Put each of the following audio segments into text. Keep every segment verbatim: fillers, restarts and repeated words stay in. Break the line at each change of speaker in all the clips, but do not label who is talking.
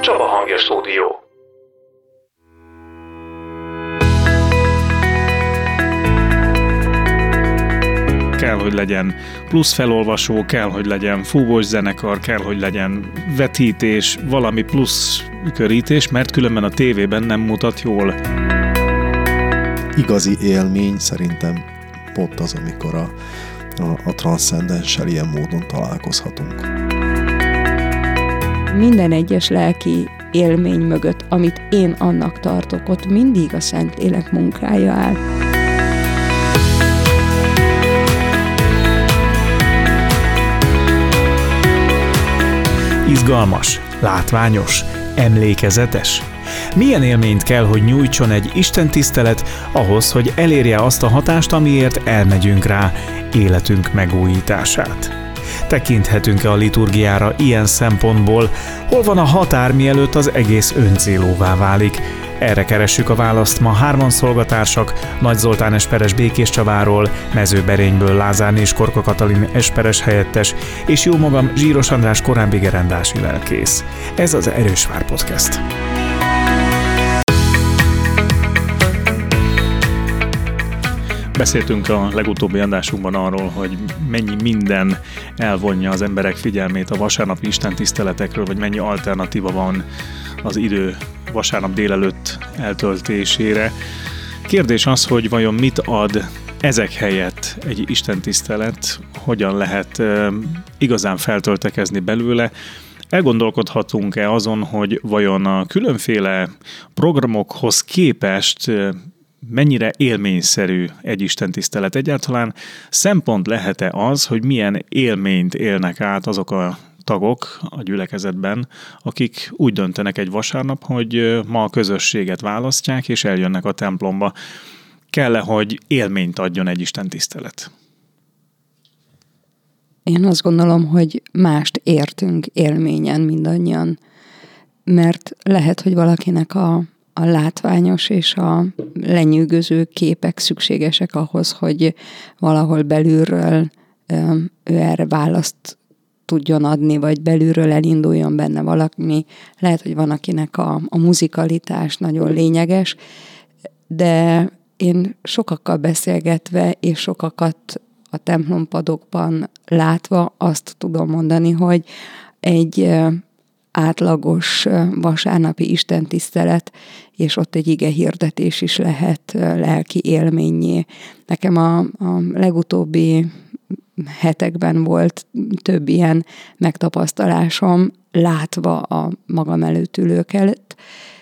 Csaba Hangja Stúdió.
Kell, hogy legyen plusz felolvasó, kell, hogy legyen fúvós zenekar, kell, hogy legyen vetítés, valami plusz körítés, mert különben a tévében nem mutat jól.
Igazi élmény szerintem pont az, amikor a, a, a transzcendenssel ilyen módon találkozhatunk.
Minden egyes lelki élmény mögött, amit én annak tartok, ott mindig a Szentlélek munkája áll.
Izgalmas, látványos, emlékezetes? Milyen élményt kell, hogy nyújtson egy istentisztelet ahhoz, hogy elérje azt a hatást, amiért elmegyünk rá, életünk megújítását? Tekinthetünk-e a liturgiára ilyen szempontból? Hol van a határ, mielőtt az egész öncélúvá válik? Erre keressük a választ ma hárman szolgatársak, Nagy Zoltán esperes Békéscsaváról, Mezőberényből Lázár és Korka Katalin esperes helyettes, és jó magam Zsíros András korábbi gerendási lelkész. Ez az Erősvár Podcast.
Beszéltünk a legutóbbi adásunkban arról, hogy mennyi minden elvonja az emberek figyelmét a vasárnapi istentiszteletekről, vagy mennyi alternatíva van az idő vasárnap délelőtt eltöltésére. Kérdés az, hogy vajon mit ad ezek helyett egy istentisztelet, hogyan lehet uh, igazán feltöltekezni belőle. Elgondolkodhatunk-e azon, hogy vajon a különféle programokhoz képest uh, mennyire élményszerű egy istentisztelet? Egyáltalán szempont lehet-e az, hogy milyen élményt élnek át azok a tagok a gyülekezetben, akik úgy döntenek egy vasárnap, hogy ma a közösséget választják, és eljönnek a templomba. Kell-e, hogy élményt adjon egy istentisztelet?
Én azt gondolom, hogy mást értünk élményen mindannyian, mert lehet, hogy valakinek a, a látványos és a lenyűgöző képek szükségesek ahhoz, hogy valahol belülről ő erre választ tudjon adni, vagy belülről elinduljon benne valami. Lehet, hogy van, akinek a, a muzikalitás nagyon lényeges, de én sokakkal beszélgetve, és sokakat a templompadokban látva azt tudom mondani, hogy egy átlagos vasárnapi istentisztelet, és ott egy ige hirdetés is lehet lelki élménnyé. Nekem a, a legutóbbi hetekben volt több ilyen megtapasztalásom, látva a magam előtt ülőket,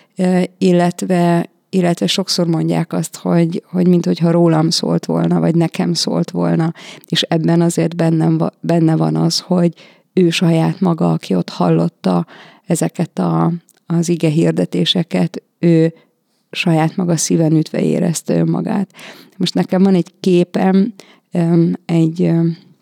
illetve, illetve sokszor mondják azt, hogy, hogy minthogyha rólam szólt volna, vagy nekem szólt volna, és ebben azért bennem, benne van az, hogy ő saját maga, aki ott hallotta ezeket a, az ige hirdetéseket, ő saját maga szíven ütve érezte önmagát. Most nekem van egy képem, egy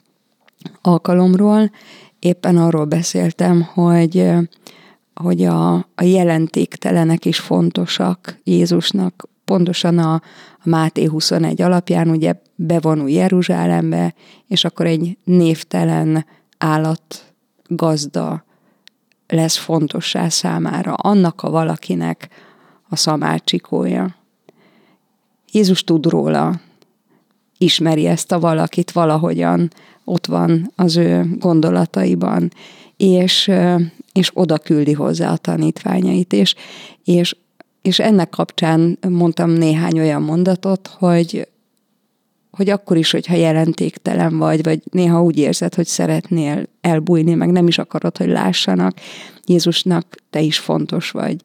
alkalomról, éppen arról beszéltem, hogy, hogy a, a jelentéktelenek is fontosak Jézusnak, pontosan a, a Máté huszonegy alapján ugye bevonul Jeruzsálembe, és akkor egy névtelen állatgazda lesz fontossá számára, annak a valakinek a szamácsikója. Jézus tud róla, ismeri ezt a valakit valahogyan, ott van az ő gondolataiban, és, és oda küldi hozzá a tanítványait, és, és, és ennek kapcsán mondtam néhány olyan mondatot, hogy, hogy akkor is, hogyha jelentéktelen vagy, vagy néha úgy érzed, hogy szeretnél elbújni, meg nem is akarod, hogy lássanak, Jézusnak te is fontos vagy.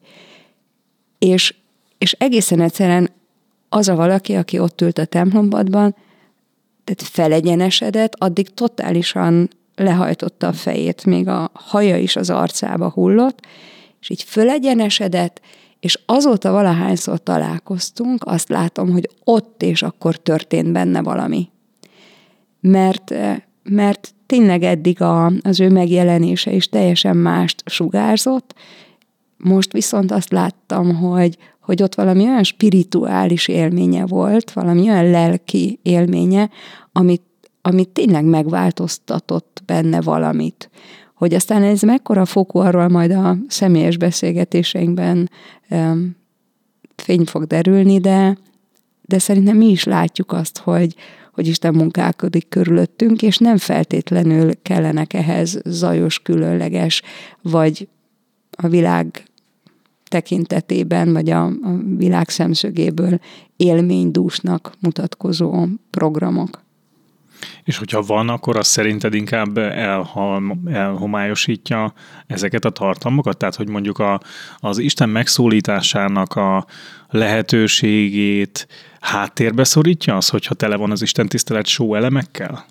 És, és egészen egyszerűen az a valaki, aki ott ült a templompadban, tehát felegyenesedett, addig totálisan lehajtotta a fejét, még a haja is az arcába hullott, és így fölegyenesedett, és azóta valahányszor találkoztunk, azt látom, hogy ott és akkor történt benne valami. Mert, mert tényleg eddig a, az ő megjelenése is teljesen mást sugárzott, most viszont azt láttam, hogy, hogy ott valami olyan spirituális élménye volt, valami olyan lelki élménye, amit, amit tényleg megváltoztatott benne valamit. Hogy aztán ez mekkora fokú, arról majd a személyes beszélgetéseinkben um, fény fog derülni, de, de szerintem mi is látjuk azt, hogy, hogy Isten munkálkodik körülöttünk, és nem feltétlenül kellenek ehhez zajos, különleges, vagy a világ tekintetében, vagy a, a világ szemszögéből élménydúsnak mutatkozó programok.
És hogyha van, akkor az szerinted inkább elhal, elhomályosítja ezeket a tartalmakat? Tehát, hogy mondjuk a, az Isten megszólításának a lehetőségét háttérbe szorítja az, hogyha tele van az Isten tisztelet show elemekkel?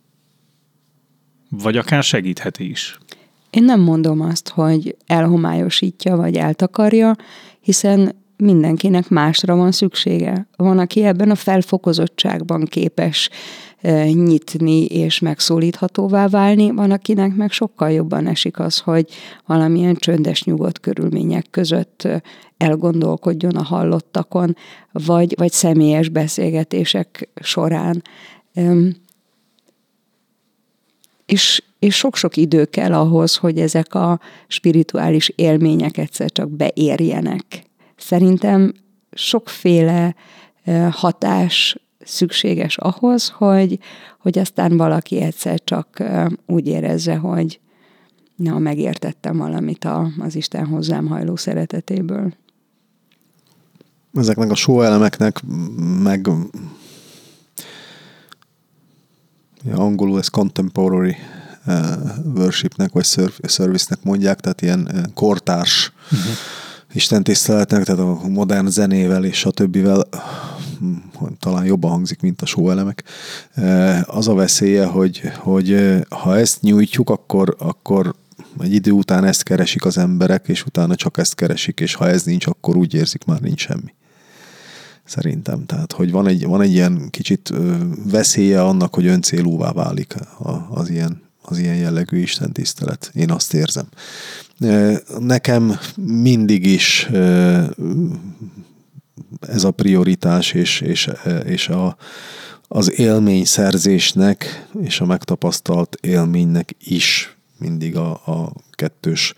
Vagy akár segítheti is?
Én nem mondom azt, hogy elhomályosítja, vagy eltakarja, hiszen mindenkinek másra van szüksége. Van, aki ebben a felfokozottságban képes nyitni és megszólíthatóvá válni, van, akinek meg sokkal jobban esik az, hogy valamilyen csöndes, nyugodt körülmények között elgondolkodjon a hallottakon, vagy, vagy személyes beszélgetések során. És, és sok-sok idő kell ahhoz, hogy ezek a spirituális élmények egyszer csak beérjenek. Szerintem sokféle hatás szükséges ahhoz, hogy, hogy aztán valaki egyszer csak úgy érezze, hogy na, megértettem valamit a, az Isten hozzám hajló szeretetéből.
Ezeknek a show elemeknek meg ja, angolul ez contemporary uh, worshipnek vagy service-nek mondják, tehát ilyen kortárs uh-huh. istentiszteletnek, tehát a modern zenével és a többivel talán jobban hangzik, mint a show elemek. Az a veszélye, hogy, hogy ha ezt nyújtjuk, akkor, akkor egy idő után ezt keresik az emberek, és utána csak ezt keresik, és ha ez nincs, akkor úgy érzik, már nincs semmi. Szerintem. Tehát, hogy van egy, van egy ilyen kicsit veszélye annak, hogy öncélúvá válik az ilyen, az ilyen jellegű istentisztelet. Én azt érzem. Nekem mindig is ez a prioritás, és, és, és a, az élményszerzésnek és a megtapasztalt élménynek is mindig a, a kettős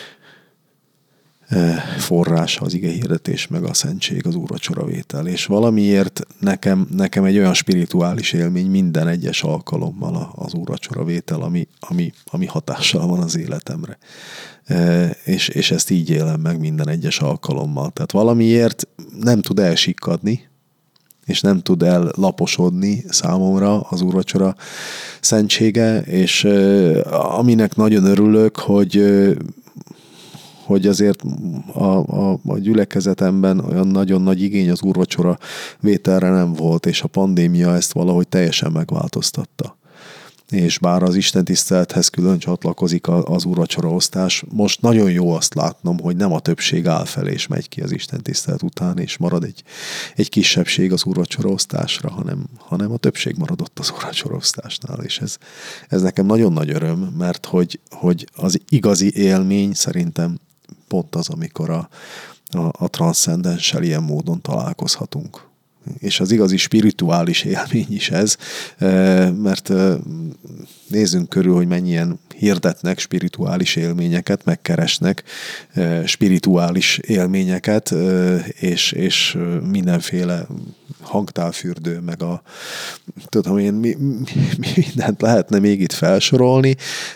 forrása az igehirdetés, meg a szentség, az úrvacsoravétel. És valamiért nekem, nekem egy olyan spirituális élmény minden egyes alkalommal az úrvacsoravétel, ami, ami, ami hatással van az életemre. És, és ezt így élem meg minden egyes alkalommal. Tehát valamiért nem tud elsikkadni, és nem tud ellaposodni számomra az úrvacsora szentsége, és aminek nagyon örülök, hogy hogy azért a, a, a gyülekezetemben olyan nagyon nagy igény az úrvacsora vételre nem volt, és a pandémia ezt valahogy teljesen megváltoztatta. És bár az istentisztelethez külön csatlakozik az úrvacsoraosztás, most nagyon jó azt látnom, hogy nem a többség áll fel és megy ki az istentisztelet után, és marad egy, egy kisebbség az úrvacsoraosztásra, hanem, hanem a többség maradott az úrvacsoraosztásnál, és ez, ez nekem nagyon nagy öröm, mert hogy, hogy az igazi élmény szerintem pont az, amikor a, a, a transzcendenssel ilyen módon találkozhatunk. És az igazi spirituális élmény is ez, mert nézzünk körül, hogy mennyien hirdetnek spirituális élményeket, megkeresnek spirituális élményeket, és, és mindenféle hangtávfürdő, meg a tudom én, mi, mi mindent lehetne még itt felsorolni,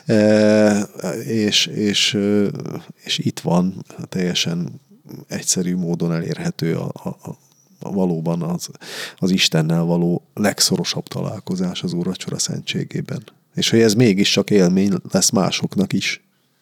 és, és, és itt van teljesen egyszerű módon elérhető a, a valóban az, az Istennel való legszorosabb találkozás az úrvacsora szentségében. És hogy ez mégis csak élmény lesz másoknak is.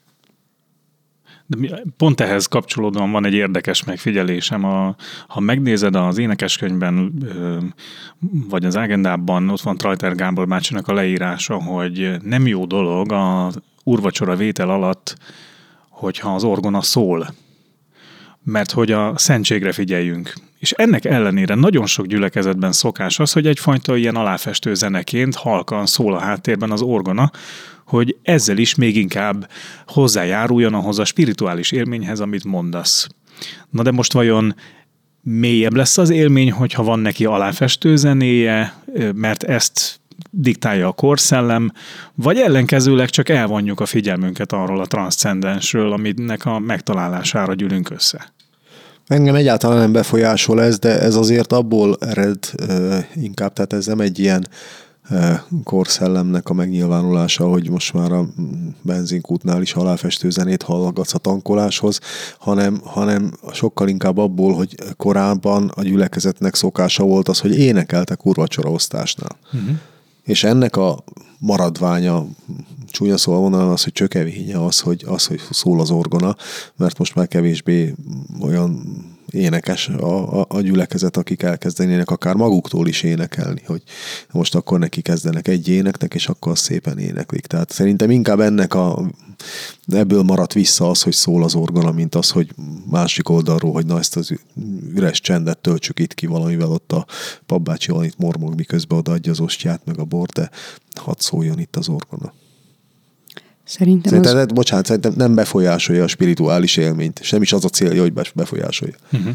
De pont ehhez kapcsolódóan van egy érdekes megfigyelésem. A, ha megnézed az énekeskönyvben, vagy az ágendában, ott van Trajter Gábor bácsinak a leírása, hogy nem jó dolog az úrvacsora vétel alatt, hogyha az orgona szól. Mert hogy a szentségre figyeljünk. És ennek ellenére nagyon sok gyülekezetben szokás az, hogy egyfajta ilyen aláfestő zeneként halkan szól a háttérben az orgona, hogy ezzel is még inkább hozzájáruljon ahhoz a spirituális élményhez, amit mondasz. Na de most vajon mélyebb lesz az élmény, hogyha van neki aláfestő zenéje, mert ezt diktálja a korszellem, vagy ellenkezőleg csak elvonjuk a figyelmünket arról a transzcendensről, aminek a megtalálására gyűlünk össze.
Engem egyáltalán nem befolyásol ez, de ez azért abból ered uh, inkább, tehát ez nem egy ilyen uh, korszellemnek a megnyilvánulása, hogy most már a benzinkútnál is halálfestő zenét hallgatsz a tankoláshoz, hanem, hanem sokkal inkább abból, hogy korábban a gyülekezetnek szokása volt az, hogy énekeltek úrvacsoraosztásnál. Uh-huh. És ennek a maradványa, csúnya szóval mondanám az, hogy csökevénye az, hogy, az, hogy szól az orgona, mert most már kevésbé olyan énekes a, a, a gyülekezet, akik elkezdenének akár maguktól is énekelni, hogy most akkor neki kezdenek egy éneknek, és akkor szépen éneklik. Tehát szerintem inkább ennek a, ebből maradt vissza az, hogy szól az orgona, mint az, hogy másik oldalról, hogy na ezt az üres csendet töltsük itt ki valamivel, ott a papbácsi van itt mormog, miközben odaadja az ostját, meg a bort, de hadd szóljon itt az orgona.
Szerintem,
szerintem
az...
bocsánat, szerintem nem befolyásolja a spirituális élményt, és nem is az a célja, hogy befolyásolja.
Uh-huh.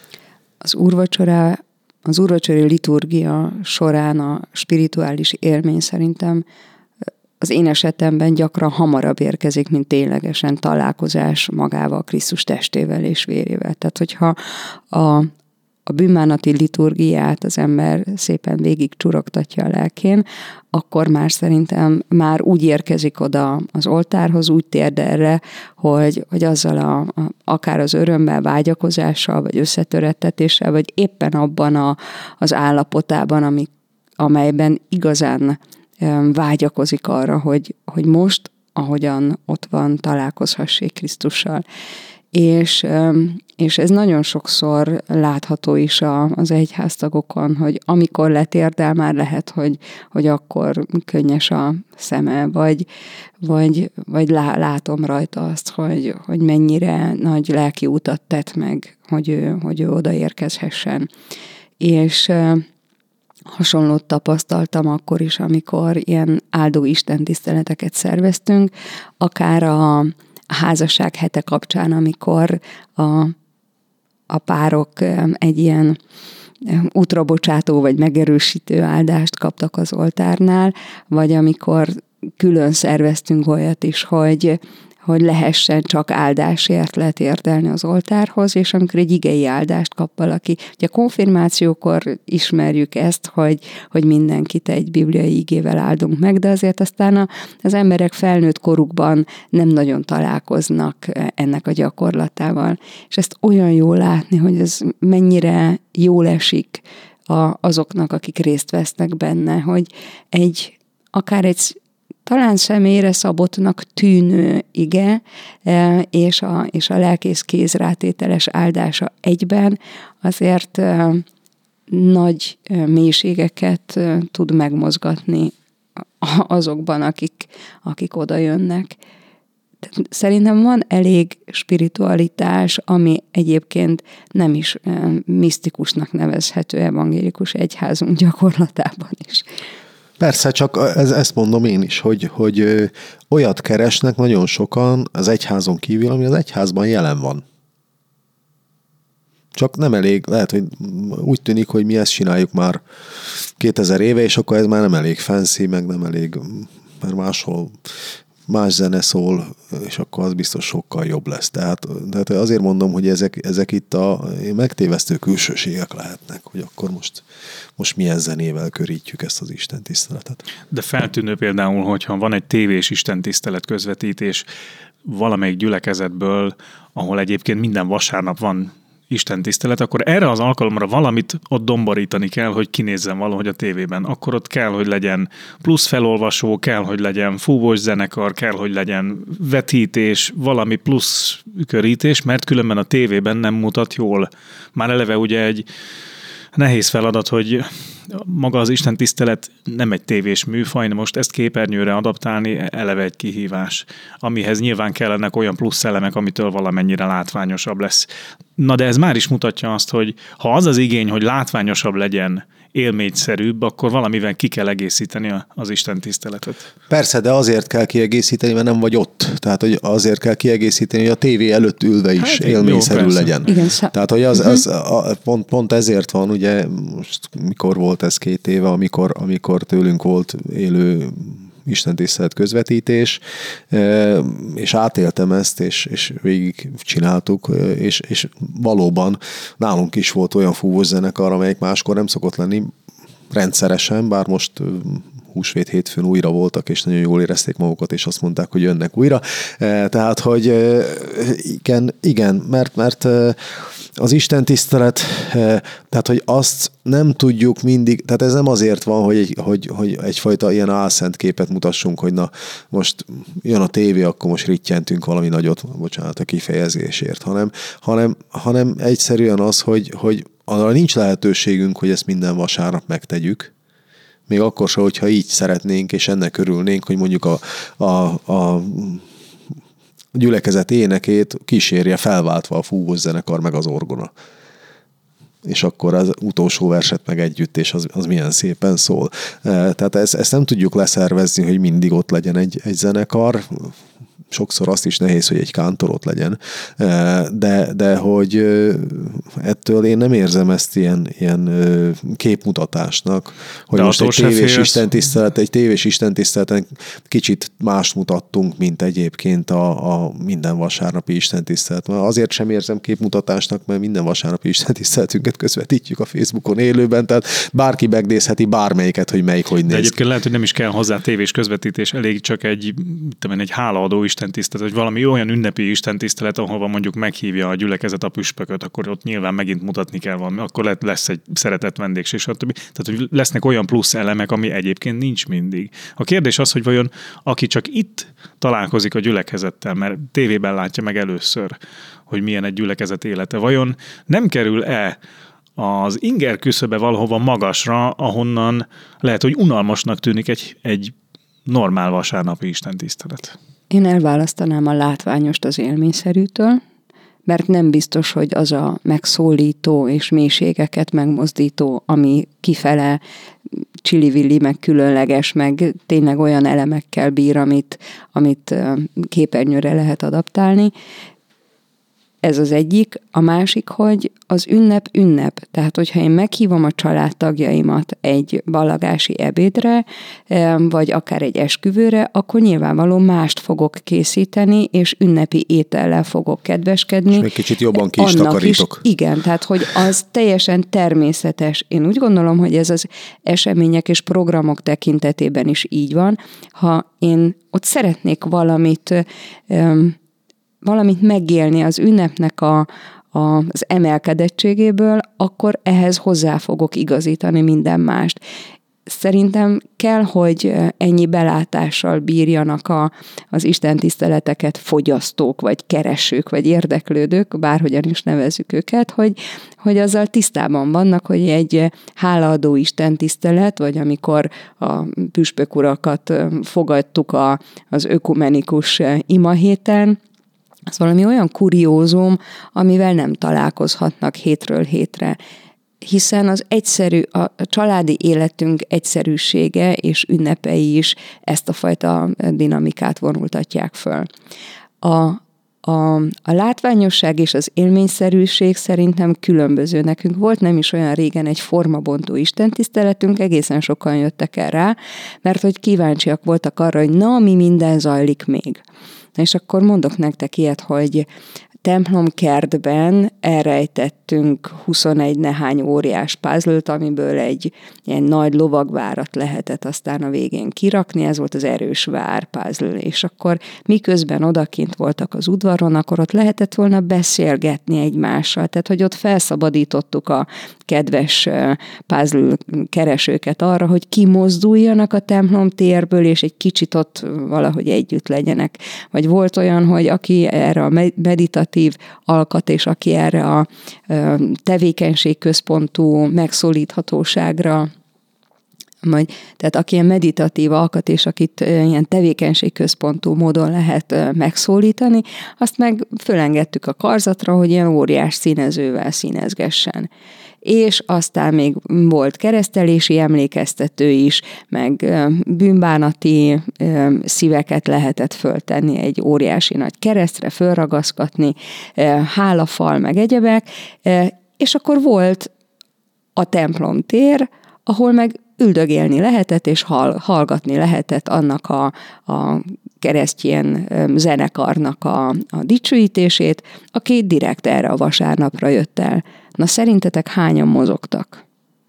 Az úrvacsorá, az úrvacsori liturgia során a spirituális élmény szerintem az én esetemben gyakran hamarabb érkezik, mint ténylegesen találkozás magával, Krisztus testével és vérével. Tehát, hogyha a a bűnbánati liturgiát az ember szépen végig csurogtatja a lelkén, akkor már szerintem már úgy érkezik oda az oltárhoz, úgy térd erre, hogy, hogy azzal a, a, akár az örömmel, vágyakozással, vagy összetörettetéssel, vagy éppen abban a, az állapotában, ami, amelyben igazán um, vágyakozik arra, hogy, hogy most, ahogyan ott van, találkozhassék Krisztussal. És, és ez nagyon sokszor látható is az egyháztagokon, hogy amikor letérdel, már lehet, hogy, hogy akkor könnyes a szeme, vagy, vagy, vagy látom rajta azt, hogy, hogy mennyire nagy lelki utat tett meg, hogy ő, hogy ő odaérkezhessen. És hasonlót tapasztaltam akkor is, amikor ilyen áldó istentiszteleteket szerveztünk, akár a a házasság hete kapcsán, amikor a, a párok egy ilyen útrabocsátó vagy megerősítő áldást kaptak az oltárnál, vagy amikor külön szerveztünk olyat is, hogy, hogy lehessen csak áldásért letérdelni az oltárhoz, és amikor egy igei áldást kap valaki. Ugye a konfirmációkor ismerjük ezt, hogy, hogy mindenkit egy bibliai igével áldunk meg, de azért aztán a, az emberek felnőtt korukban nem nagyon találkoznak ennek a gyakorlatával. És ezt olyan jó látni, hogy ez mennyire jól esik a, azoknak, akik részt vesznek benne, hogy egy, akár egy talán személyre szabottnak tűnő ige, és a, és a lelkész kézrátételes áldása egyben azért nagy mélységeket tud megmozgatni azokban, akik, akik oda jönnek. Szerintem van elég spiritualitás, ami egyébként nem is misztikusnak nevezhető evangélikus egyházunk gyakorlatában is.
Persze, csak ez, ezt mondom én is, hogy, hogy olyat keresnek nagyon sokan az egyházon kívül, ami az egyházban jelen van. Csak nem elég, lehet, hogy úgy tűnik, hogy mi ezt csináljuk már kétezer éve, és akkor ez már nem elég fancy, meg nem elég, mert máshol más zene szól, és akkor az biztos sokkal jobb lesz. Tehát, tehát azért mondom, hogy ezek, ezek itt a megtévesztő külsőségek lehetnek, hogy akkor most, most milyen zenével körítjük ezt az istentiszteletet.
De feltűnő például, hogyha van egy tévés istentisztelet közvetítés valamelyik gyülekezetből, ahol egyébként minden vasárnap van istentisztelet, akkor erre az alkalomra valamit ott domborítani kell, hogy kinézzen valahogy a tévében. Akkor ott kell, hogy legyen plusz felolvasó, kell, hogy legyen fúvós zenekar, kell, hogy legyen vetítés, valami plusz körítés, mert különben a tévében nem mutat jól. Már eleve ugye egy nehéz feladat, hogy maga az istentisztelet nem egy tévés műfaj, most ezt képernyőre adaptálni eleve egy kihívás, amihez nyilván kellenek olyan plusz elemek, amitől valamennyire látványosabb lesz. Na de ez már is mutatja azt, hogy ha az az igény, hogy látványosabb legyen, élményszerűbb, akkor valamivel ki kell egészíteni az Isten tiszteletet.
Persze, de azért kell kiegészíteni, mert nem vagy ott. Tehát, hogy azért kell kiegészíteni, hogy a tévé előtt ülve is hát, élményszerű jó, legyen.
Igen,
Tehát, hogy az, az a, pont, pont ezért van, ugye, most mikor volt ez két éve, amikor, amikor tőlünk volt élő istentisztelet közvetítés, és átéltem ezt, és, és végig csináltuk, és, és valóban nálunk is volt olyan fúvós zenekar, amelyik máskor nem szokott lenni rendszeresen, bár most húsvét hétfőn újra voltak, és nagyon jól érezték magukat, és azt mondták, hogy jönnek újra. Tehát, hogy igen, igen, mert, mert az istentisztelet, tehát, hogy azt nem tudjuk mindig, tehát ez nem azért van, hogy, egy, hogy, hogy egyfajta ilyen álszent képet mutassunk, hogy na, most jön a tévé, akkor most rittyentünk valami nagyot, bocsánat a kifejezésért, hanem, hanem, hanem egyszerűen az, hogy, hogy arra nincs lehetőségünk, hogy ezt minden vasárnap megtegyük, még akkor sem, hogyha így szeretnénk, és ennek örülnénk, hogy mondjuk a, a, a gyülekezet énekét kísérje felváltva a fúvós zenekar meg az orgona. És akkor az utolsó verset meg együtt, és az, az milyen szépen szól. Tehát ezt, ezt nem tudjuk leszervezni, hogy mindig ott legyen egy, egy zenekar. Sokszor azt is nehéz, hogy egy kántor ott legyen, de, de hogy ettől én nem érzem ezt ilyen, ilyen képmutatásnak, hogy de most egy tévés istentisztelet, egy tévés istentiszteleten kicsit mást mutattunk, mint egyébként a, a minden vasárnapi istentisztelet. Azért sem érzem képmutatásnak, mert minden vasárnapi istentiszteletünket közvetítjük a Facebookon élőben, tehát bárki megnézheti bármelyiket, hogy melyik hogy néz.
De egyébként lehet, hogy nem is kell hozzá tévés közvetítés, elég csak egy, tudom, egy hálaadó istentisztelet, vagy valami olyan ünnepi istentisztelet, ahova mondjuk meghívja a gyülekezet a püspököt, akkor ott nyilván megint mutatni kell valami, akkor lesz egy szeretett vendégség, stb. Tehát, hogy lesznek olyan plusz elemek, ami egyébként nincs mindig. A kérdés az, hogy vajon aki csak itt találkozik a gyülekezettel, mert tévében látja meg először, hogy milyen egy gyülekezet élete, vajon nem kerül-e az inger küszöbe valahova magasra, ahonnan lehet, hogy unalmasnak tűnik egy, egy normál vasárnapi istentisztelet?
Én elválasztanám a látványost az élményszerűtől, mert nem biztos, hogy az a megszólító és mélységeket megmozdító, ami kifele csili-villi, meg különleges, meg tényleg olyan elemekkel bír, amit, amit képernyőre lehet adaptálni. Ez az egyik. A másik, hogy az ünnep ünnep. Tehát, hogyha én meghívom a családtagjaimat egy ballagási ebédre, vagy akár egy esküvőre, akkor nyilvánvalóan mást fogok készíteni, és ünnepi étellel fogok kedveskedni.
És egy kicsit jobban ki is takarítok.
Is, igen, tehát, hogy az teljesen természetes. Én úgy gondolom, hogy ez az események és programok tekintetében is így van. Ha én ott szeretnék valamit valamit megélni az ünnepnek a, a, az emelkedettségéből, akkor ehhez hozzá fogok igazítani minden mást. Szerintem kell, hogy ennyi belátással bírjanak a, az istentiszteleteket fogyasztók, vagy keresők, vagy érdeklődők, bárhogyan is nevezzük őket, hogy, hogy azzal tisztában vannak, hogy egy hálaadó istentisztelet, vagy amikor a püspök urakat fogadtuk a, az ökumenikus imahéten, az valami olyan kuriózum, amivel nem találkozhatnak hétről hétre. Hiszen az egyszerű, a családi életünk egyszerűsége és ünnepei is ezt a fajta dinamikát vonultatják föl. A, a, a látványosság és az élményszerűség szerintem különböző. Nekünk volt nem is olyan régen egy formabontó istentiszteletünk, egészen sokan jöttek el rá, mert hogy kíváncsiak voltak arra, hogy na, mi minden zajlik még. És akkor mondok nektek ilyet, hogy templomkertben elrejtettünk huszonegy nehány óriás puzzle-t, amiből egy ilyen nagy lovagvárat lehetett aztán a végén kirakni, ez volt az erős vár puzzle, és akkor miközben odakint voltak az udvaron, akkor ott lehetett volna beszélgetni egymással, tehát hogy ott felszabadítottuk a kedves puzzle keresőket arra, hogy kimozduljanak a templom térből, és egy kicsit ott valahogy együtt legyenek. Vagy volt olyan, hogy aki erre a meditatív alkat, és aki erre a tevékenységközpontú megszólíthatóságra Majd, tehát aki ilyen meditatív alkat, és akit ilyen tevékenységközpontú módon lehet megszólítani, azt meg fölengedtük a karzatra, hogy ilyen óriás színezővel színezgessen. És aztán még volt keresztelési emlékeztető is, meg bűnbánati szíveket lehetett föltenni egy óriási nagy keresztre, fölragaszkodni, hálafal, meg egyebek, és akkor volt a templomtér, ahol meg üldögélni lehetett, és hall, hallgatni lehetett annak a, a keresztjén zenekarnak a, a dicsőítését, aki direkt erre a vasárnapra jött el. Na szerintetek hányan mozogtak?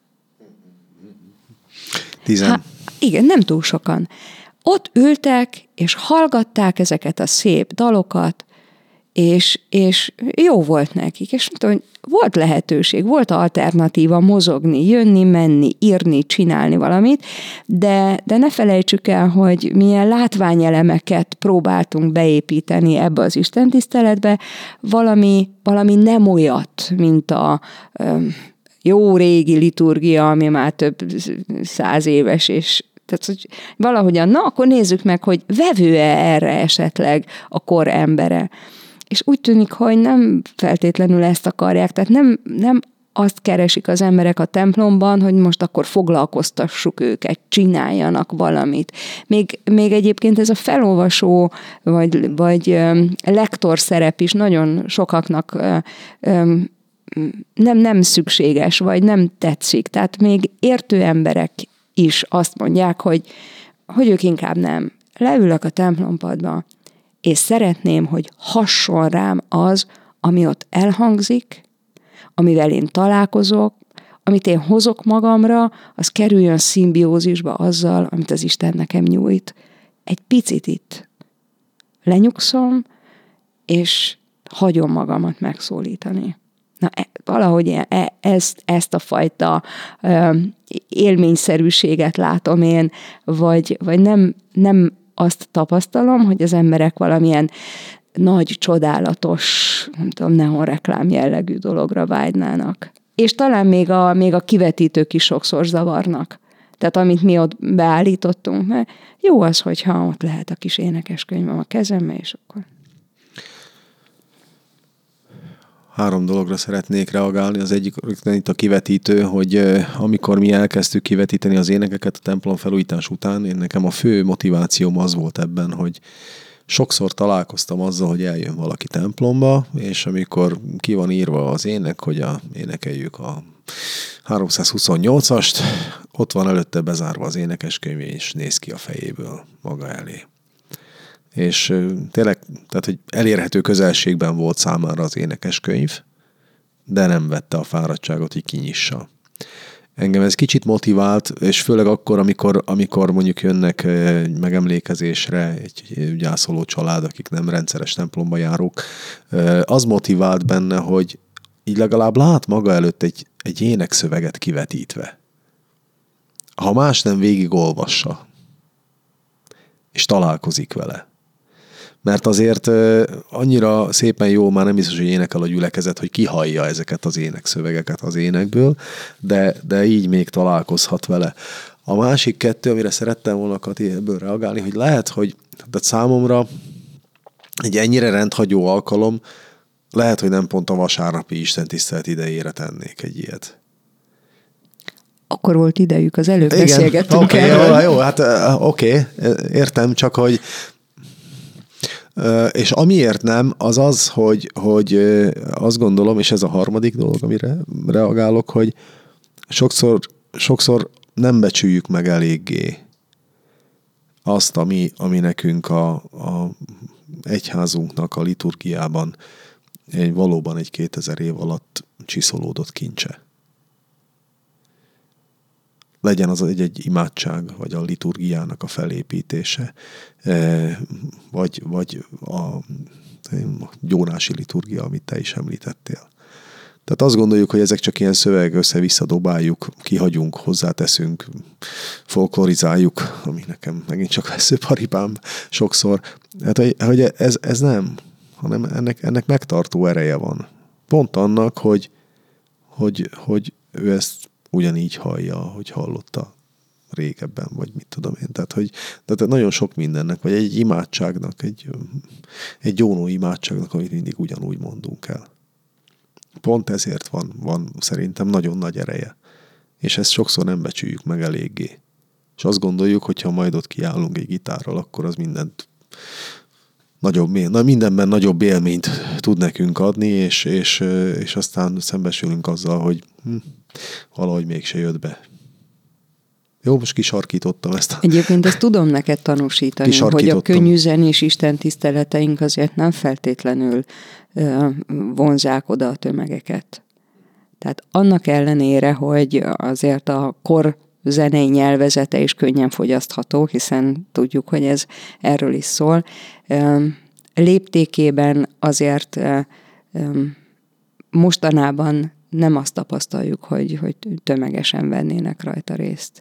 Tizen.
Há, igen, nem túl sokan. Ott ültek, és hallgatták ezeket a szép dalokat, és, és jó volt nekik, és tudom, volt lehetőség, volt alternatíva mozogni, jönni, menni, írni, csinálni valamit, de, de ne felejtsük el, hogy milyen látványelemeket próbáltunk beépíteni ebbe az istentiszteletbe, valami, valami nem olyat, mint a jó régi liturgia, ami már több száz éves, és tehát, hogy valahogyan, na, akkor nézzük meg, hogy vevő-e erre esetleg a kor embere. És úgy tűnik, hogy nem feltétlenül ezt akarják, tehát nem, nem azt keresik az emberek a templomban, hogy most akkor foglalkoztassuk őket, csináljanak valamit. Még, még egyébként ez a felolvasó, vagy, vagy lektor szerep is nagyon sokaknak nem, nem szükséges, vagy nem tetszik. Tehát még értő emberek is azt mondják, hogy, hogy ők inkább nem. Leülök a templompadba, és szeretném, hogy hasson rám az, ami ott elhangzik, amivel én találkozok, amit én hozok magamra, az kerüljön szimbiózisba azzal, amit az Isten nekem nyújt. Egy picit itt lenyugszom, és hagyom magamat megszólítani. Na, valahogy e, ezt, ezt a fajta ö, élményszerűséget látom én, vagy, vagy nem, nem azt tapasztalom, hogy az emberek valamilyen nagy, csodálatos, nem tudom, neonreklám jellegű dologra vágynának. És talán még a, még a kivetítők is sokszor zavarnak. Tehát amit mi ott beállítottunk, mert jó az, hogyha ott lehet a kis énekeskönyvem a kezembe, és akkor...
Három dologra szeretnék reagálni. Az egyik itt a kivetítő, hogy amikor mi elkezdtük kivetíteni az énekeket a templom felújítás után, én nekem a fő motivációm az volt ebben, hogy sokszor találkoztam azzal, hogy eljön valaki templomba, és amikor ki van írva az ének, hogy a, énekeljük a háromszázhuszonnyolcast, ott van előtte bezárva az énekeskönyv, és néz ki a fejéből maga elé. És tényleg, tehát, hogy elérhető közelségben volt számára az énekeskönyv, de nem vette a fáradtságot, hogy kinyissa. Engem ez kicsit motivált, és főleg akkor, amikor, amikor mondjuk jönnek megemlékezésre egy gyászoló család, akik nem rendszeres templomba járók, az motivált benne, hogy így legalább lát maga előtt egy, egy énekszöveget kivetítve. Ha más nem, végig olvassa, és találkozik vele. Mert azért annyira szépen jó, már nem biztos, hogy énekel a gyülekezet, hogy kihallja ezeket az énekszövegeket az énekből, de, de így még találkozhat vele. A másik kettő, amire szerettem volna, Kati, ebből reagálni, hogy lehet, hogy de számomra egy ennyire rendhagyó alkalom, lehet, hogy nem pont a vasárnapi istentisztelet idejére tennék egy ilyet.
Akkor volt idejük, az előbb beszélgettünk
okay,
erről.
Jó, jó, hát oké, okay, értem, csak hogy és amiért nem, az az, hogy, hogy azt gondolom, és ez a harmadik dolog, amire reagálok, hogy sokszor, sokszor nem becsüljük meg eléggé azt, ami, ami nekünk a, a egyházunknak a liturgiában egy, valóban egy kétezer év alatt csiszolódott kincse. Legyen az egy, egy imádság, vagy a liturgiának a felépítése, vagy, vagy a gyónási liturgia, amit te is említettél. Tehát azt gondoljuk, hogy ezek csak ilyen szöveg, össze-vissza dobáljuk, kihagyunk, hozzáteszünk, folklorizáljuk, ami nekem megint csak veszőparipám sokszor. Hát, hogy ez, ez nem, hanem ennek, ennek megtartó ereje van. Pont annak, hogy, hogy, hogy ő ezt ugyanígy hallja, hogy hallotta régebben, vagy mit tudom én. Tehát, hogy tehát nagyon sok mindennek, vagy egy imádságnak, egy, egy gyónó imádságnak, amit mindig ugyanúgy mondunk el. Pont ezért van, van szerintem nagyon nagy ereje. És ezt sokszor nem becsüljük meg eléggé. És azt gondoljuk, hogyha majd ott kiállunk egy gitárral, akkor az mindent nagyobb, na mindenben nagyobb élményt tud nekünk adni, és, és, és aztán szembesülünk azzal, hogy hm, valahogy mégse jött be. Jó, most kisarkítottam ezt. A...
Egyébként ezt tudom neked tanúsítani, hogy a könnyű zenés istentiszteleteink azért nem feltétlenül uh, vonzák oda a tömegeket. Tehát annak ellenére, hogy azért a kor zenei nyelvezete is könnyen fogyasztható, hiszen tudjuk, hogy ez erről is szól. Léptékében azért mostanában nem azt tapasztaljuk, hogy, hogy tömegesen vennének rajta részt.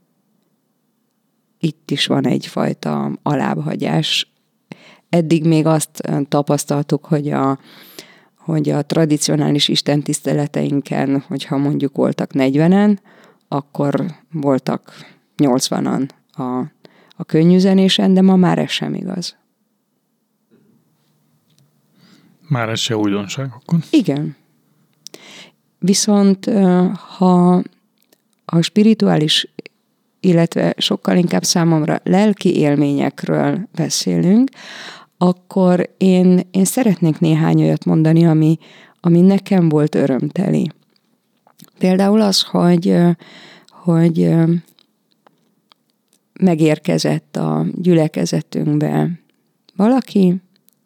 Itt is van egyfajta alábbhagyás. Eddig még azt tapasztaltuk, hogy a hogy a tradicionális istentiszteleteinken, hogyha mondjuk voltak negyvenen, akkor voltak nyolcvanan a, a könnyű zenésen, de ma már ez sem igaz.
Már ez se újdonság akkor?
Igen. Viszont ha a spirituális, illetve sokkal inkább számomra lelki élményekről beszélünk, akkor én, én szeretnék néhány olyat mondani, ami, ami nekem volt örömteli. Például az, hogy, hogy megérkezett a gyülekezetünkbe valaki,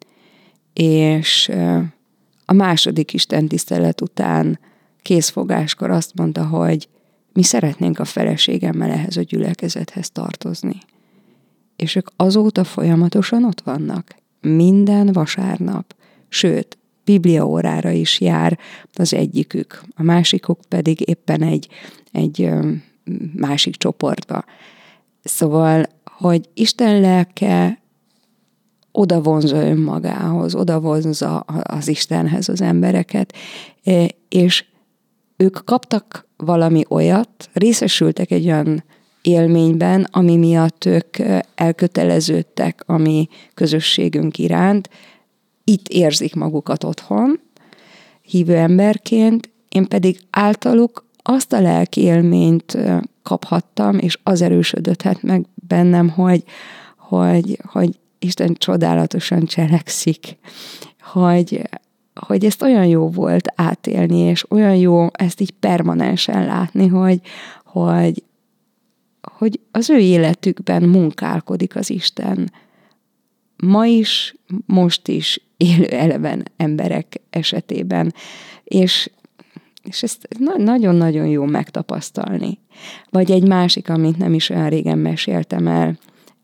és a második istentisztelet után készfogáskor azt mondta, hogy mi szeretnénk a feleségemmel ehhez a gyülekezethez tartozni. És ők azóta folyamatosan ott vannak. Minden vasárnap. Sőt, bibliaórára is jár az egyikük. A másikuk pedig éppen egy, egy másik csoportba. Szóval, hogy Isten lelke odavonza önmagához, odavonza az Istenhez az embereket, és ők kaptak valami olyat, részesültek egy olyan élményben, ami miatt ők elköteleződtek a mi közösségünk iránt, itt érzik magukat otthon, hívő emberként, én pedig általuk azt a lelki élményt kaphattam, és az erősödött meg bennem, hogy, hogy, hogy Isten csodálatosan cselekszik, hogy, hogy ezt olyan jó volt átélni, és olyan jó ezt így permanensen látni, hogy, hogy, hogy az ő életükben munkálkodik az Isten. Ma is, most is élő eleven emberek esetében. És, és ezt nagyon-nagyon jó megtapasztalni. Vagy egy másik, amit nem is olyan régen meséltem el,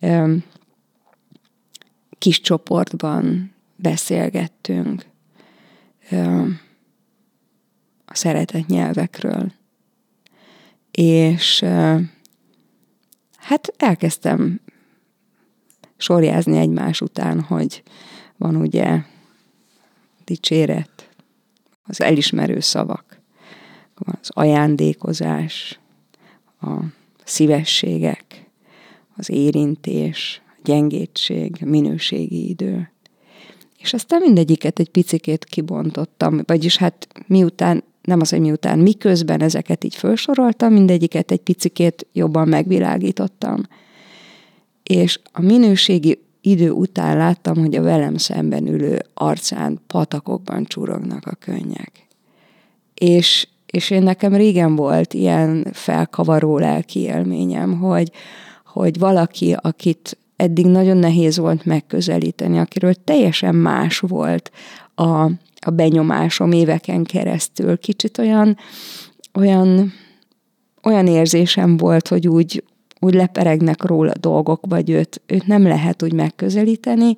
kis csoportban beszélgettünk a szeretett nyelvekről. És hát elkezdtem sorjázni egymás után, hogy van ugye dicséret, az elismerő szavak, az ajándékozás, a szívességek, az érintés, a gyengétség, a minőségi idő. És aztán mindegyiket egy picikét kibontottam, vagyis hát miután, nem az, hogy miután, miközben ezeket így felsoroltam, mindegyiket egy picikét jobban megvilágítottam. És a minőségi idő után láttam, hogy a velem szemben ülő arcán patakokban csurognak a könnyek. És, és én nekem régen volt ilyen felkavaró lelki élményem, hogy, hogy valaki, akit eddig nagyon nehéz volt megközelíteni, akiről teljesen más volt a, a benyomásom éveken keresztül. Kicsit olyan, olyan, olyan érzésem volt, hogy úgy, úgy leperegnek róla dolgok, vagy őt, őt nem lehet úgy megközelíteni.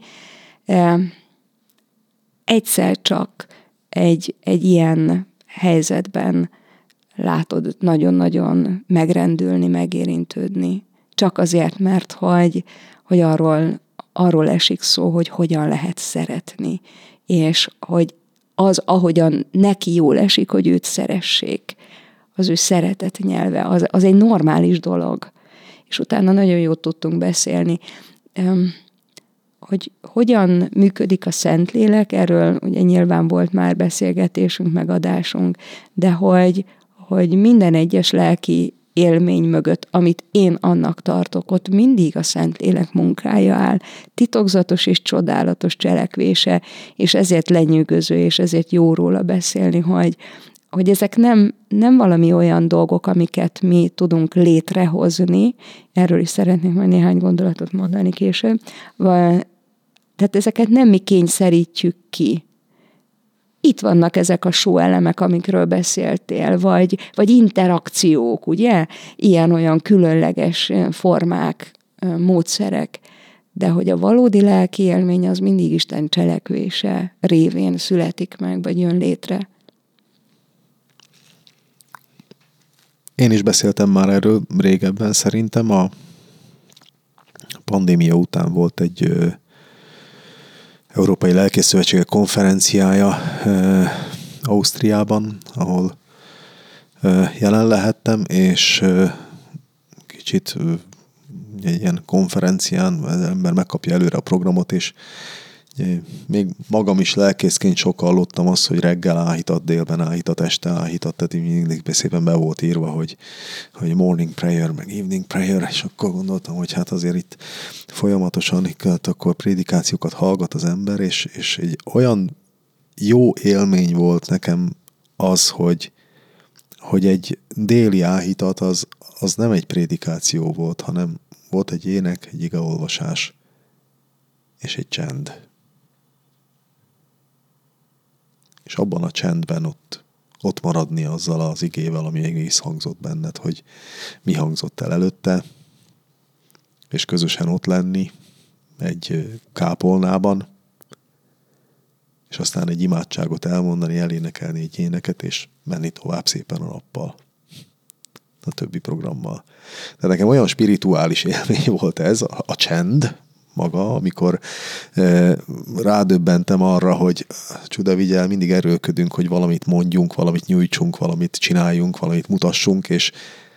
Egyszer csak egy, egy ilyen helyzetben látod nagyon-nagyon megrendülni, megérintődni. Csak azért, mert hogy, hogy arról, arról esik szó, hogy hogyan lehet szeretni, és hogy az, ahogyan neki jól esik, hogy őt szeressék, az ő szeretet nyelve, az, az egy normális dolog. és utána nagyon jót tudtunk beszélni. Hogy hogyan működik a Szentlélek, erről ugye nyilván volt már beszélgetésünk, megadásunk, de hogy, hogy minden egyes lelki élmény mögött, amit én annak tartok, ott mindig a Szentlélek munkája áll, titokzatos és csodálatos cselekvése, és ezért lenyűgöző, és ezért jó róla beszélni, hogy, hogy ezek nem, nem valami olyan dolgok, amiket mi tudunk létrehozni, erről is szeretnék majd néhány gondolatot mondani később, tehát ezeket nem mi kényszerítjük ki. Itt vannak ezek a show elemek, amikről beszéltél, vagy, vagy interakciók, ugye? Ilyen-olyan különleges formák, módszerek. De hogy a valódi lelki élmény az mindig Isten cselekvése révén születik meg, vagy jön létre.
Én is beszéltem már erről régebben, szerintem a pandémia után volt egy Európai Lelkészszövetségek konferenciája uh, Ausztriában, ahol uh, jelen lehettem, és uh, kicsit uh, egy ilyen konferencián az ember megkapja előre a programot, és uh, még magam is lelkészként sok hallottam azt, hogy reggel áhítat, délben áhítat, este áhítat, tehát mindig szépen be volt írva, hogy, hogy morning prayer, meg evening prayer, és akkor gondoltam, hogy hát azért itt folyamatosan akkor prédikációkat hallgat az ember, és, és egy olyan jó élmény volt nekem az, hogy, hogy egy déli áhítat az, az nem egy prédikáció volt, hanem volt egy ének, egy igeolvasás, és egy csend. És abban a csendben ott, ott maradni azzal az igével, ami egész hangzott benned, hogy mi hangzott el előtte, és közösen ott lenni egy kápolnában, és aztán egy imádságot elmondani, elénekelni egy éneket, és menni tovább szépen a nappal, a többi programmal. De nekem olyan spirituális élmény volt ez, a, a csend maga, amikor e, rádöbbentem arra, hogy csuda vigyel, mindig erőlködünk, hogy valamit mondjunk, valamit nyújtsunk, valamit csináljunk, valamit mutassunk, és,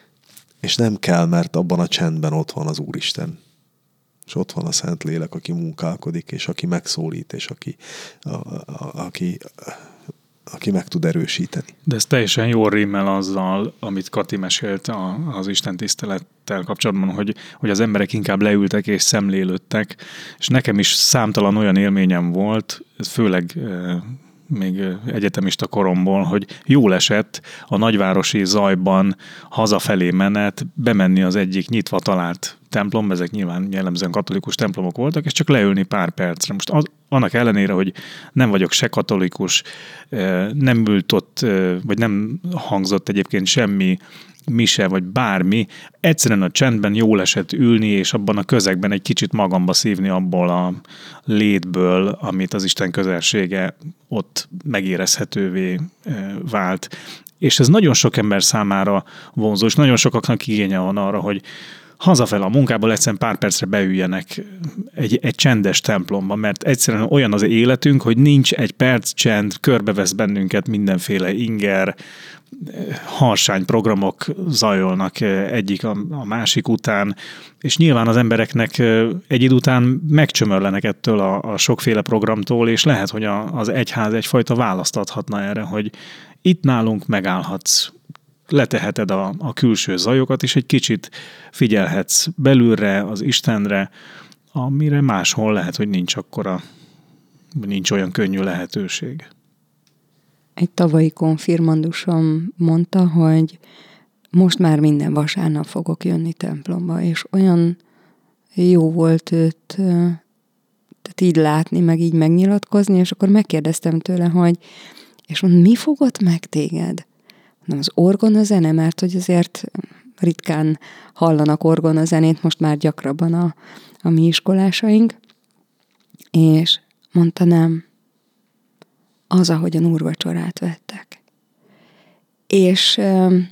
és nem kell, mert abban a csendben ott van az Úristen. És ott van a Szentlélek, aki munkálkodik, és aki megszólít, és aki, a, a, aki, aki meg tud erősíteni.
De ez teljesen jól rímmel azzal, amit Kati mesélt a, az Isten tisztelettel kapcsolatban, hogy, hogy az emberek inkább leültek és szemlélődtek, és nekem is számtalan olyan élményem volt, főleg még egyetemista koromból, hogy jól esett a nagyvárosi zajban hazafelé menet, bemenni az egyik nyitva talált templom, ezek nyilván jellemzően katolikus templomok voltak, és csak leülni pár percre. Most az, annak ellenére, hogy nem vagyok se katolikus, nem ült ott, vagy nem hangzott egyébként semmi mise, vagy bármi, egyszerűen a csendben jól esett ülni, és abban a közegben egy kicsit magamba szívni abból a létből, amit az Isten közelsége ott megérezhetővé vált. És ez nagyon sok ember számára vonzó, és nagyon sokaknak igénye van arra, hogy hazafel a munkából egyszerűen pár percre beüljenek egy, egy csendes templomba, mert egyszerűen olyan az életünk, hogy nincs egy perc csend, körbevesz bennünket mindenféle inger, harsány programok zajolnak egyik a, a másik után, és nyilván az embereknek egy idő után megcsömörlenek ettől a, a sokféle programtól, és lehet, hogy a, az egyház egyfajta választ adhatna erre, hogy itt nálunk megállhatsz, leteheted a, a külső zajokat, és egy kicsit figyelhetsz belülre, az Istenre, amire máshol lehet, hogy nincs akkora, nincs olyan könnyű lehetőség.
Egy tavalyi konfirmandusom mondta, hogy most már minden vasárnap fogok jönni templomba, és olyan jó volt őt tehát így látni, meg így megnyilatkozni, és akkor megkérdeztem tőle, hogy és mondom, mi fogott meg téged? Nem az orgonazene, mert hogy azért ritkán hallanak orgonazenét, most már gyakrabban a, a mi iskolásaink, és mondta, nem, az, ahogyan úrvacsorát vettek. És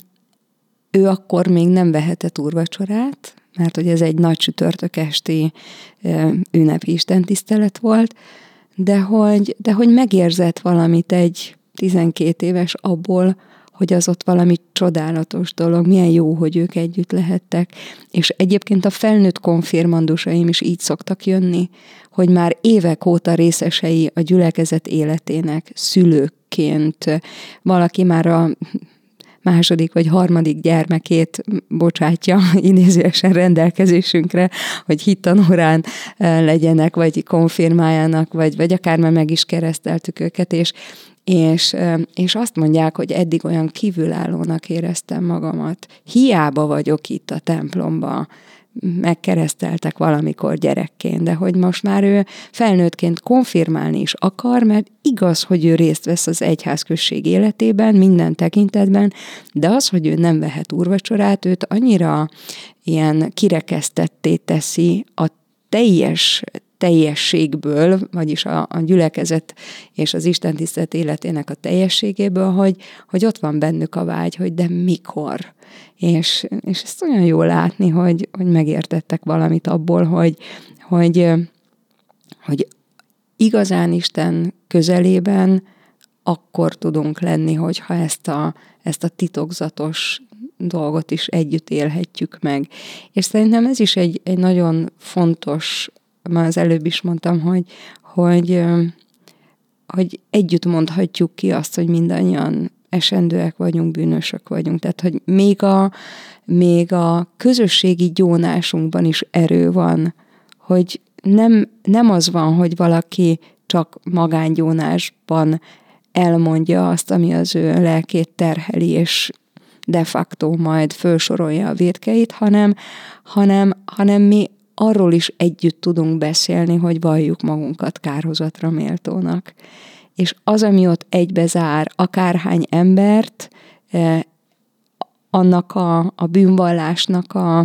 ő akkor még nem vehetett úrvacsorát, mert hogy ez egy nagy csütörtök esti ünnepi istentisztelet volt, de hogy, de hogy megérzett valamit egy tizenkét éves abból, hogy az ott valami csodálatos dolog, milyen jó, hogy ők együtt lehettek. És egyébként a felnőtt konfirmandusaim is így szoktak jönni, hogy már évek óta részesei a gyülekezet életének, szülőkként, valaki már a második vagy harmadik gyermekét bocsátja idézőesen rendelkezésünkre, hogy hittanórán legyenek, vagy konfirmáljanak, vagy, vagy akár már meg is kereszteltük őket, és, és, és azt mondják, hogy eddig olyan kívülállónak éreztem magamat. Hiába vagyok itt a templomban, megkereszteltek valamikor gyerekként, de hogy most már ő felnőttként konfirmálni is akar, mert igaz, hogy ő részt vesz az egyházközség életében, minden tekintetben, de az, hogy ő nem vehet úrvacsorát, őt annyira ilyen kirekesztetté teszi a teljes teljességből, vagyis a, a gyülekezet és az istentisztelet életének a teljességéből, hogy, hogy ott van bennük a vágy, hogy de mikor. És, és ezt olyan jól látni, hogy, hogy megértettek valamit abból, hogy, hogy, hogy igazán Isten közelében akkor tudunk lenni, hogyha ezt a, ezt a titokzatos dolgot is együtt élhetjük meg. És szerintem ez is egy, egy nagyon fontos, már az előbb is mondtam, hogy, hogy, hogy együtt mondhatjuk ki azt, hogy mindannyian esendőek vagyunk, bűnösök vagyunk. Tehát, hogy még a, még a közösségi gyónásunkban is erő van, hogy nem, nem az van, hogy valaki csak magángyónásban elmondja azt, ami az ő lelkét terheli, és de facto majd felsorolja a vétkeit, hanem, hanem, hanem mi arról is együtt tudunk beszélni, hogy valljuk magunkat kárhozatra méltónak. És az, ami ott egybezár akárhány embert, eh, annak a, a bűnvallásnak a,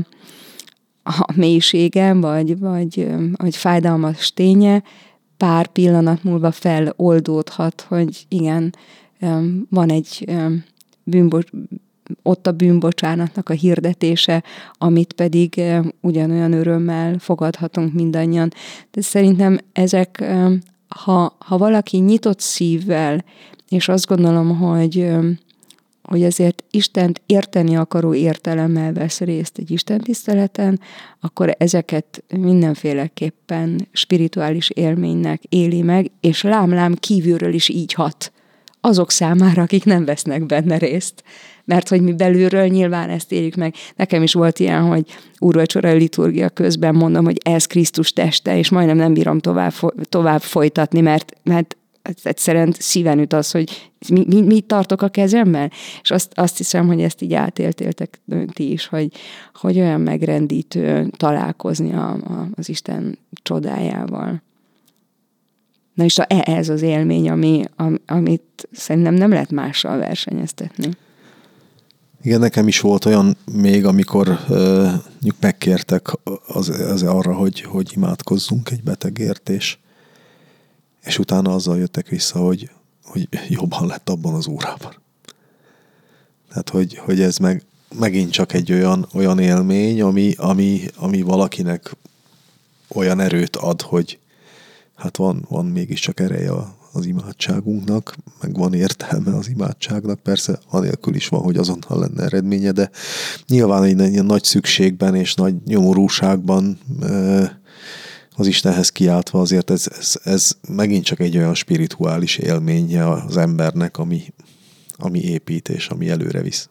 a mélysége, vagy, vagy, vagy fájdalmas ténye, pár pillanat múlva feloldódhat, hogy igen, van egy bűnbocs, ott a bűnbocsánatnak a hirdetése, amit pedig ugyanolyan örömmel fogadhatunk mindannyian. De szerintem ezek, ha, ha valaki nyitott szívvel, és azt gondolom, hogy, hogy ezért Istent érteni akaró értelemmel vesz részt egy istentiszteleten, akkor ezeket mindenféleképpen spirituális élménynek éli meg, és lám-lám kívülről is így hat azok számára, akik nem vesznek benne részt. Mert hogy mi belülről nyilván ezt éljük meg. Nekem is volt ilyen, hogy úrvacsora liturgia közben mondom, hogy ez Krisztus teste, és majdnem nem bírom tovább, tovább folytatni, mert, mert egyszerűen szíven üt az, hogy mi, mi, mit tartok a kezemben? És azt, azt hiszem, hogy ezt így átéltétek ti is, hogy, hogy olyan megrendítő találkozni a, a, az Isten csodájával. Na és ez az élmény, ami, amit szerintem nem lehet mással versenyeztetni.
Igen, nekem is volt olyan még, amikor uh, megkértek az, az arra, hogy, hogy imádkozzunk egy betegért, és, és utána azzal jöttek vissza, hogy, hogy jobban lett abban az órában. Tehát, hogy, hogy ez meg, megint csak egy olyan, olyan élmény, ami, ami, ami valakinek olyan erőt ad, hogy hát van, van mégiscsak ereje az imádságunknak, meg van értelme az imádságnak, persze anélkül is van, hogy azonnal lenne eredménye, de nyilván egy ilyen nagy szükségben és nagy nyomorúságban az Istenhez kiáltva azért ez, ez, ez megint csak egy olyan spirituális élménye az embernek, ami, ami épít és ami előre visz.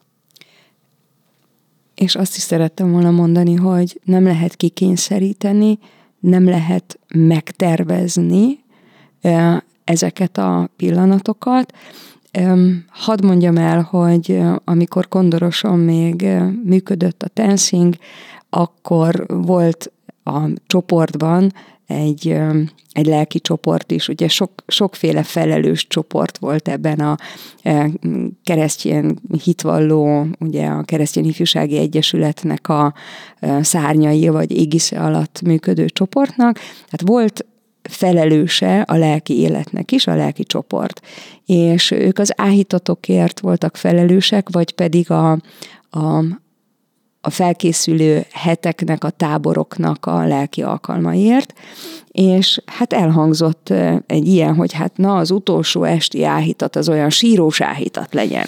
És azt is szerettem volna mondani, hogy nem lehet kikényszeríteni, nem lehet megtervezni ezeket a pillanatokat. Hadd mondjam el, hogy amikor Kondoroson még működött a Tenzing, akkor volt a csoportban egy, egy lelki csoport is, ugye sok, sokféle felelős csoport volt ebben a keresztény hitvalló, ugye a Keresztény Ifjúsági Egyesületnek a szárnyai vagy égisze alatt működő csoportnak. Tehát volt felelőse a lelki életnek is, a lelki csoport. És ők az áhítatokért voltak felelősek, vagy pedig a, a a felkészülő heteknek, a táboroknak a lelki alkalmaiért, és hát elhangzott egy ilyen, hogy hát na, az utolsó esti áhítat az olyan sírós áhítat legyen.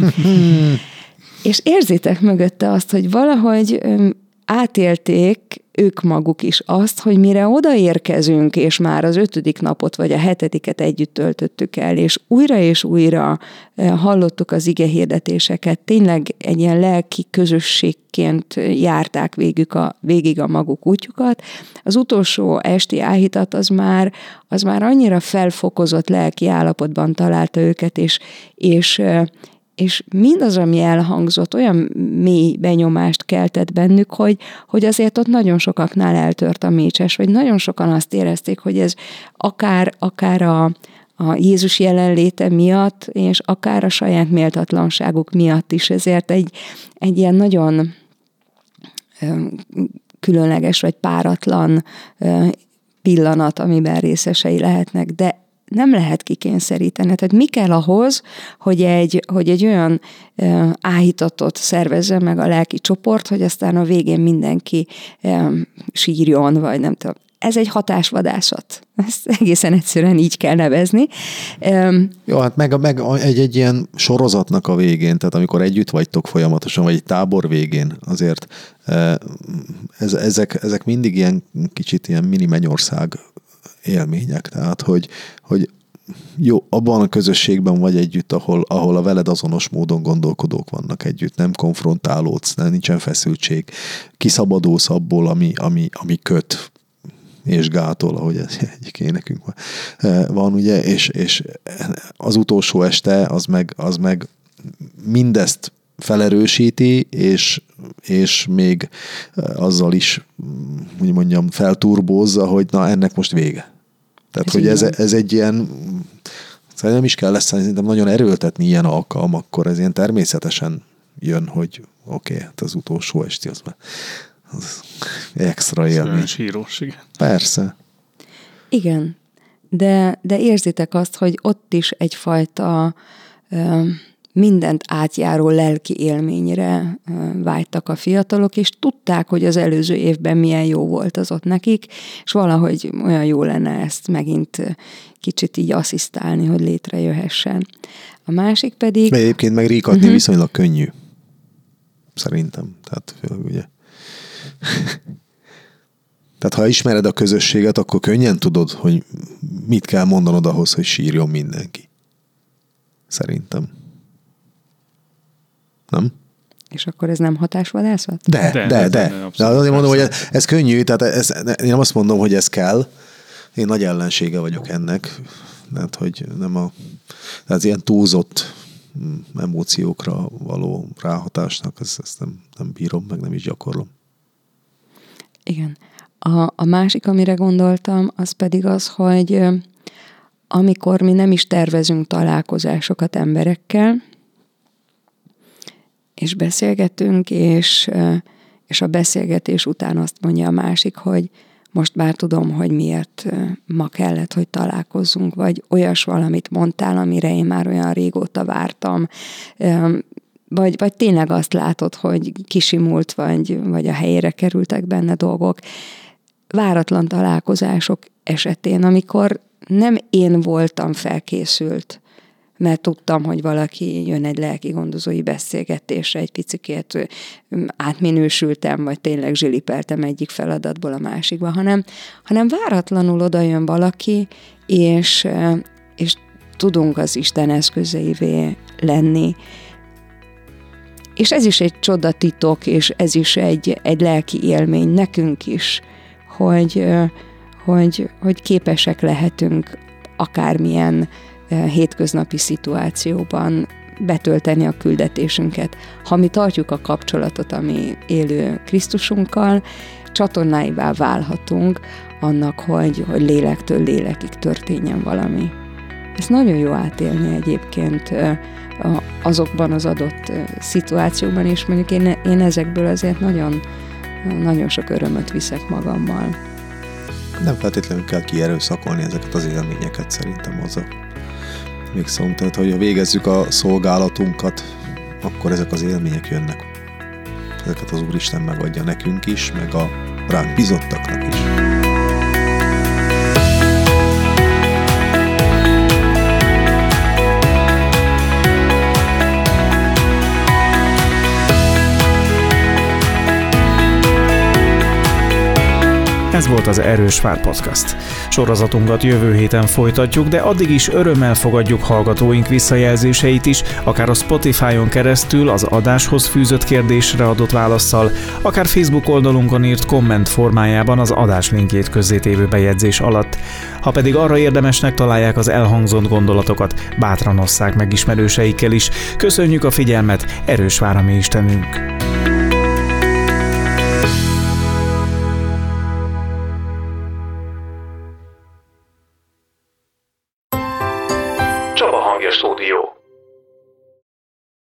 És érzitek mögötte azt, hogy valahogy átélték ők maguk is azt, hogy mire odaérkezünk, és már az ötödik napot vagy a hetediket együtt töltöttük el, és újra és újra hallottuk az igehirdetéseket, tényleg egy ilyen lelki közösségként járták végig a, végig a maguk útjukat. Az utolsó esti áhítat az már, az már annyira felfokozott lelki állapotban találta őket, és, és és mindaz, ami elhangzott, olyan mély benyomást keltett bennük, hogy, hogy azért ott nagyon sokaknál eltört a mécses, vagy nagyon sokan azt érezték, hogy ez akár, akár a, a Jézus jelenléte miatt, és akár a saját méltatlanságuk miatt is, ezért egy, egy ilyen nagyon különleges, vagy páratlan pillanat, amiben részesei lehetnek, de nem lehet kikényszeríteni. Tehát mi kell ahhoz, hogy egy, hogy egy olyan uh, áhítatot szervezzen meg a lelki csoport, hogy aztán a végén mindenki um, sírjon, vagy nem tudom. Ez egy hatásvadászat. Ezt egészen egyszerűen így kell nevezni. Um,
Jó, hát meg, meg egy, egy ilyen sorozatnak a végén, tehát amikor együtt vagytok folyamatosan, vagy egy tábor végén, azért ez, ezek, ezek mindig ilyen kicsit ilyen mini mennyország élmények, tehát hogy, hogy jó, abban a közösségben vagy együtt, ahol, ahol a veled azonos módon gondolkodók vannak együtt, nem konfrontálódsz, nem, nincsen feszültség, kiszabadulsz abból, ami, ami, ami köt és gátol, ahogy ez egyik énekünk van, ugye, és, és az utolsó este az meg, az meg mindezt felerősíti, és, és még azzal is, úgy mondjam, felturbózza, hogy na, ennek most vége. Tehát, ez hogy ez, ez egy ilyen, nem is kell lesz szerintem nagyon erőltetni ilyen alkalmakkor, ez ilyen természetesen jön, hogy oké, okay, hát az utolsó esti, az már az extra élmény.
Sírós, igen.
Persze.
Igen, de, de érzitek azt, hogy ott is egyfajta ö, mindent átjáró lelki élményre vágytak a fiatalok, és tudták, hogy az előző évben milyen jó volt az ott nekik, és valahogy olyan jó lenne ezt megint kicsit így asszisztálni, hogy létrejöhessen. A másik pedig...
De egyébként meg ríkatni uh-huh. viszonylag könnyű. Szerintem. Tehát ugye... Tehát ha ismered a közösséget, akkor könnyen tudod, hogy mit kell mondanod ahhoz, hogy sírjon mindenki. Szerintem. Nem?
És akkor ez nem hatásvadászat?
De, de, de. de. de azért mondom, hogy ez, ez könnyű, tehát ez, én nem azt mondom, hogy ez kell. Én nagy ellensége vagyok ennek. Tehát, hogy nem a... Tehát ilyen túlzott emóciókra való ráhatásnak, ezt, ezt nem, nem bírom, meg nem is gyakorlom.
Igen. A, a másik, amire gondoltam, az pedig az, hogy amikor mi nem is tervezünk találkozásokat emberekkel, és beszélgetünk, és, és a beszélgetés után azt mondja a másik, hogy most már tudom, hogy miért ma kellett, hogy találkozzunk, vagy olyas valamit mondtál, amire én már olyan régóta vártam, vagy, vagy tényleg azt látod, hogy kisimult, vagy, vagy a helyére kerültek benne dolgok. Váratlan találkozások esetén, amikor nem én voltam felkészült, mert tudtam, hogy valaki jön egy lelki gondozói beszélgetésre, egy picikét átminősültem, vagy tényleg zsilipeltem egyik feladatból a másikba, hanem, hanem váratlanul oda jön valaki, és, és tudunk az Isten eszközeivé lenni. És ez is egy csodatitok, és ez is egy, egy lelki élmény nekünk is, hogy, hogy, hogy képesek lehetünk akármilyen hétköznapi szituációban betölteni a küldetésünket. Ha mi tartjuk a kapcsolatot a mi élő Krisztusunkkal, csatornáivá válhatunk annak, hogy, hogy lélektől lélekig történjen valami. Ez nagyon jó átélni egyébként azokban az adott szituációkban, és mondjuk én, én ezekből azért nagyon, nagyon sok örömöt viszek magammal.
Nem feltétlenül kell kierőszakolni ezeket az élményeket, szerintem az a még szóval, tehát, hogy ha végezzük a szolgálatunkat, akkor ezek az élmények jönnek. ezeket az Úristen megadja nekünk is, meg a ránk bizottaknak is.
Ez volt az Erős Vár Podcast. Sorozatunkat jövő héten folytatjuk, de addig is örömmel fogadjuk hallgatóink visszajelzéseit is, akár a Spotify-on keresztül az adáshoz fűzött kérdésre adott válasszal, akár Facebook oldalunkon írt komment formájában az adás linkjét közzétévő bejegyzés alatt. Ha pedig arra érdemesnek találják az elhangzott gondolatokat, bátran osszák meg ismerőseikkel is. Köszönjük a figyelmet, erős vár a mi Istenünk!